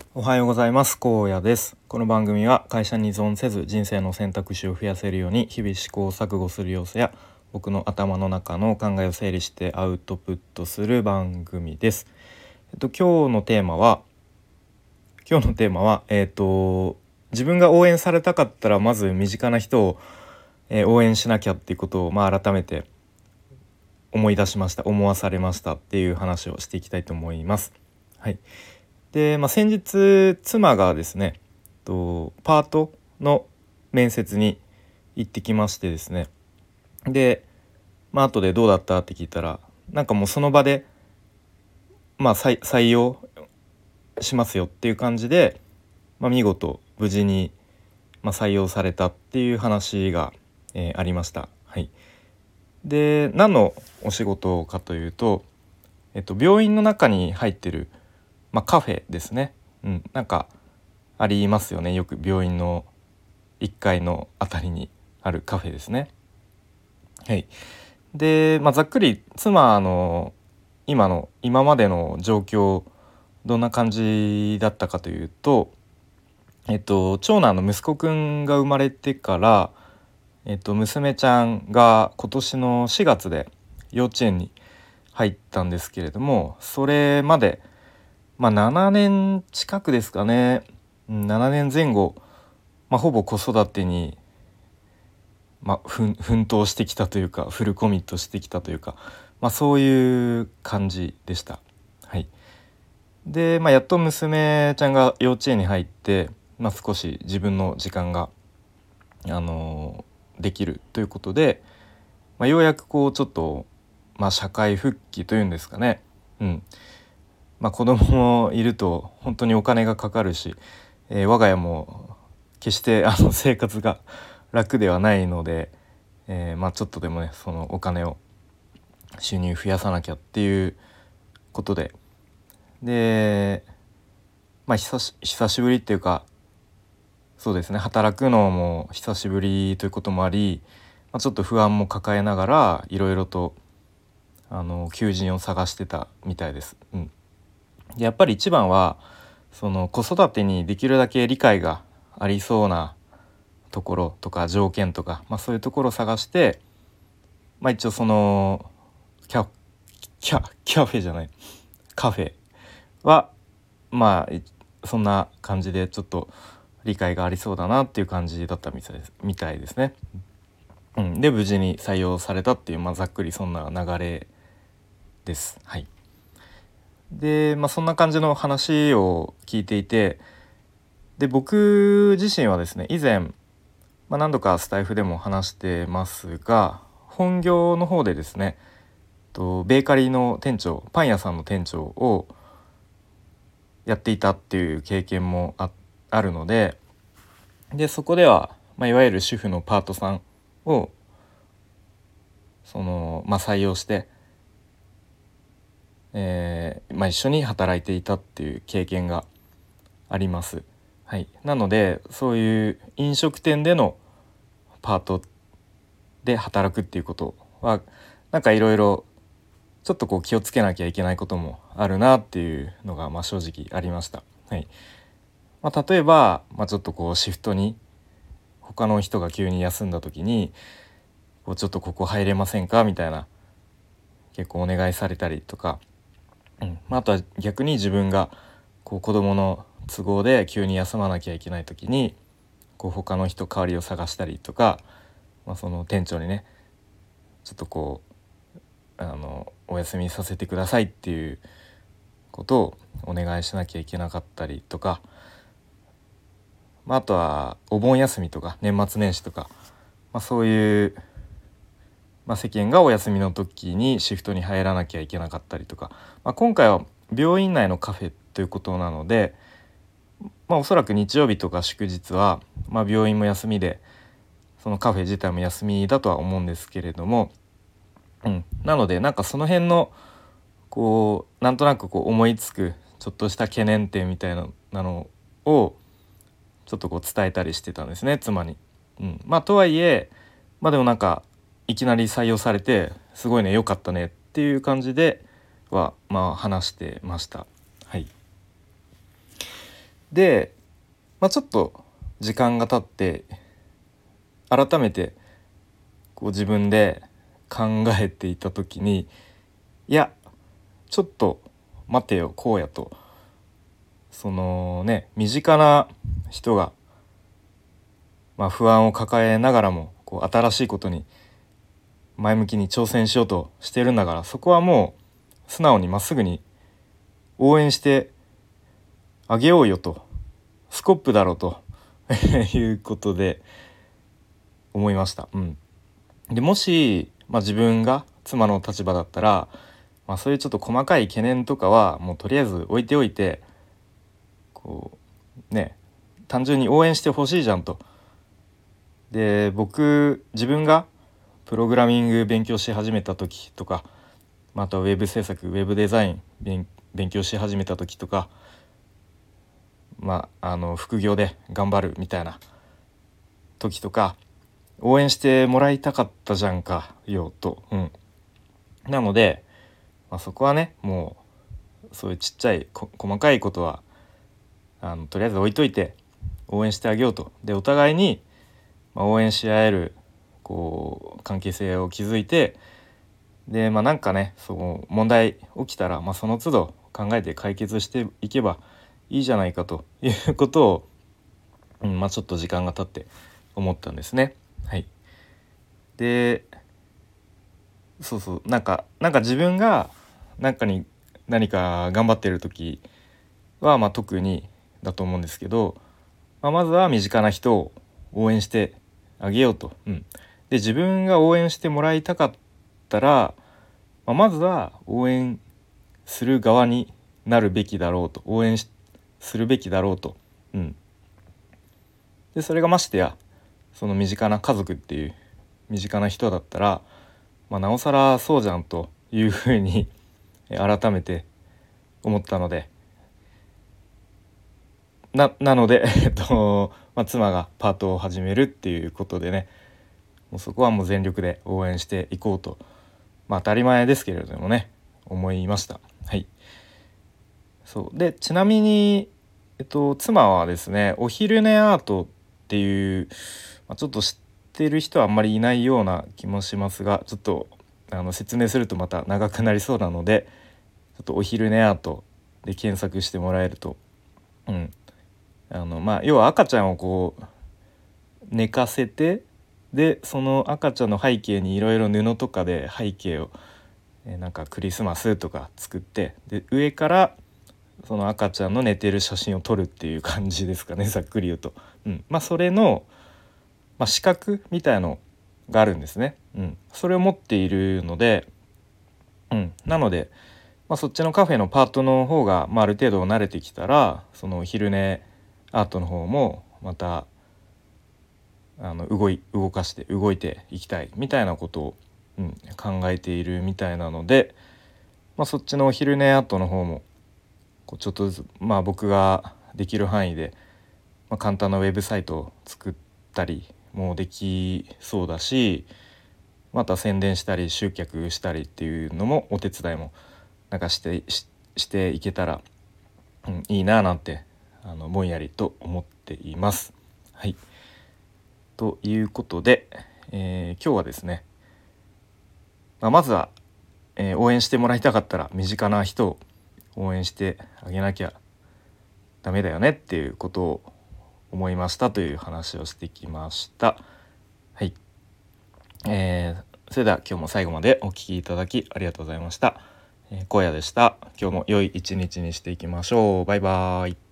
おはようございます。荒野です。この番組は会社に依存せず人生の選択肢を増やせるように日々試行錯誤する様子や僕の頭の中の考えを整理してアウトプットする番組です。今日のテーマは自分が応援されたかったらまず身近な人を、応援しなきゃっていうことを、改めて思わされましたっていう話をしていきたいと思います。はい。で、先日妻がですねパートの面接に行ってきましてですね。で、後でどうだったって聞いたら、なんかもうその場で、採用しますよっていう感じで、見事無事に、採用されたっていう話が、ありました。はい。で、何のお仕事かというと、病院の中に入ってる、カフェですね。なんかありますよね。よく病院の1階のあたりにあるカフェですね。はい。で、ざっくり妻の今までの状況どんな感じだったかというと、長男の息子くんが生まれてから、娘ちゃんが今年の4月で幼稚園に入ったんですけれども、それまで、7年近くですかね。7年前後、ほぼ子育てに、奮闘してきたというかフルコミットしてきたというか、そういう感じでした。はい。で、やっと娘ちゃんが幼稚園に入って、少し自分の時間が、できるということで、ようやくこうちょっと、社会復帰というんですかね。子供もいると本当にお金がかかるし、我が家も決して生活が楽ではないので、ちょっとでもねそのお金を収入増やさなきゃっていうことで、久しぶりっていうか、そうですね、働くのも久しぶりということもあり、ちょっと不安も抱えながらいろいろと求人を探してたみたいです。でやっぱり一番はその子育てにできるだけ理解がありそうなところとか条件とか、そういうところを探して、一応そのキャフェじゃないカフェはそんな感じでちょっと理解がありそうだなっていう感じだったみたいですね。で無事に採用されたっていう、ざっくりそんな流れです。はい。で、そんな感じの話を聞いていて、で僕自身はですね以前、何度かスタイフでも話してますが、本業の方でですねベーカリーの店長、パン屋さんの店長をやっていたっていう経験もあるので、そこでは、いわゆる主婦のパートさんを採用して、一緒に働いていたっていう経験があります。はい。なのでそういう飲食店でのパートで働くっていうことはなんかいろいろちょっとこう気をつけなきゃいけないこともあるなっていうのが正直ありました。はい。例えば、ちょっとこうシフトに他の人が急に休んだ時にちょっとここ入れませんかみたいな結構お願いされたりとか、あとは逆に自分がこう子供の都合で急に休まなきゃいけない時に他の人代わりを探したりとか、その店長にねちょっとお休みさせてくださいっていうことをお願いしなきゃいけなかったりとか、あとはお盆休みとか年末年始とか、そういう、世間がお休みの時にシフトに入らなきゃいけなかったりとか、今回は病院内のカフェということなので、おそらく日曜日とか祝日は、病院も休みでそのカフェ自体も休みだとは思うんですけれども、なのでなんかその辺のなんとなく思いつくちょっとした懸念点みたいなのをちょっと伝えたりしてたんですね、妻に。とはいえでもなんかいきなり採用されてすごいね、良かったねっていう感じでは話してました。はい。 で、ちょっと時間が経って改めてこう自分で考えていた時に、いやちょっと待てよこうやと、そのね身近な人が、不安を抱えながらもこう新しいことに前向きに挑戦しようとしてるんだから、そこはもう素直にまっすぐに応援してあげようよと、スコップだろうということで思いました。でもし、自分が妻の立場だったら、そういうちょっと細かい懸念とかはもうとりあえず置いておいて、こうね単純に応援してほしいじゃんと。で自分がプログラミング勉強し始めた時とか、あとはウェブ制作ウェブデザイン勉強し始めた時とか、副業で頑張るみたいな時とか応援してもらいたかったじゃんかよと。なので、そこはねもうそういうちっちゃい細かいことはとりあえず置いといて応援してあげようと。でお互いに、応援し合えるこう関係性を築いて、でなんかねそう問題起きたら、その都度考えて解決していけばいいじゃないかということを、ちょっと時間が経って思ったんですね。はい。でなんか自分が何か頑張ってる時は、特にだと思うんですけど、まずは身近な人を応援してあげようと。で自分が応援してもらいたかったら、まずは応援する側になるべきだろうと、するべきだろうと。でそれがましてやその身近な家族っていう身近な人だったら、なおさらそうじゃんというふうに改めて思ったので、なので、妻がパートを始めるっていうことでね、もうそこはもう全力で応援していこうと、当たり前ですけれどもね思いました。はい。そうでちなみに、妻はですねお昼寝アートっていう、ちょっと知ってる人はあんまりいないような気もしますが、ちょっと説明するとまた長くなりそうなので、ちょっとお昼寝アートで検索してもらえると、要は赤ちゃんをこう寝かせて、でその赤ちゃんの背景にいろいろ布とかで背景をなんかクリスマスとか作って、で上からその赤ちゃんの寝てる写真を撮るっていう感じですかね、ざっくり言うと。それの、視覚みたいのがあるんですね。それを持っているので、なので、そっちのカフェのパートの方が、ある程度慣れてきたら、その昼寝アートの方もまた動いていきたいみたいなことを、考えているみたいなので、そっちのお昼寝アートの方もこうちょっとずつ、僕ができる範囲で、簡単なウェブサイトを作ったりもできそうだし、また宣伝したり集客したりっていうのもお手伝いもしていけたら、いいななんてぼんやりと思っています。はい。ということで、今日はですね、まずは、応援してもらいたかったら身近な人を応援してあげなきゃダメだよねっていうことを思いましたという話をしてきました。はい。それでは今日も最後までお聞きいただきありがとうございました。荒野でした。今日も良い一日にしていきましょう。バイバーイ。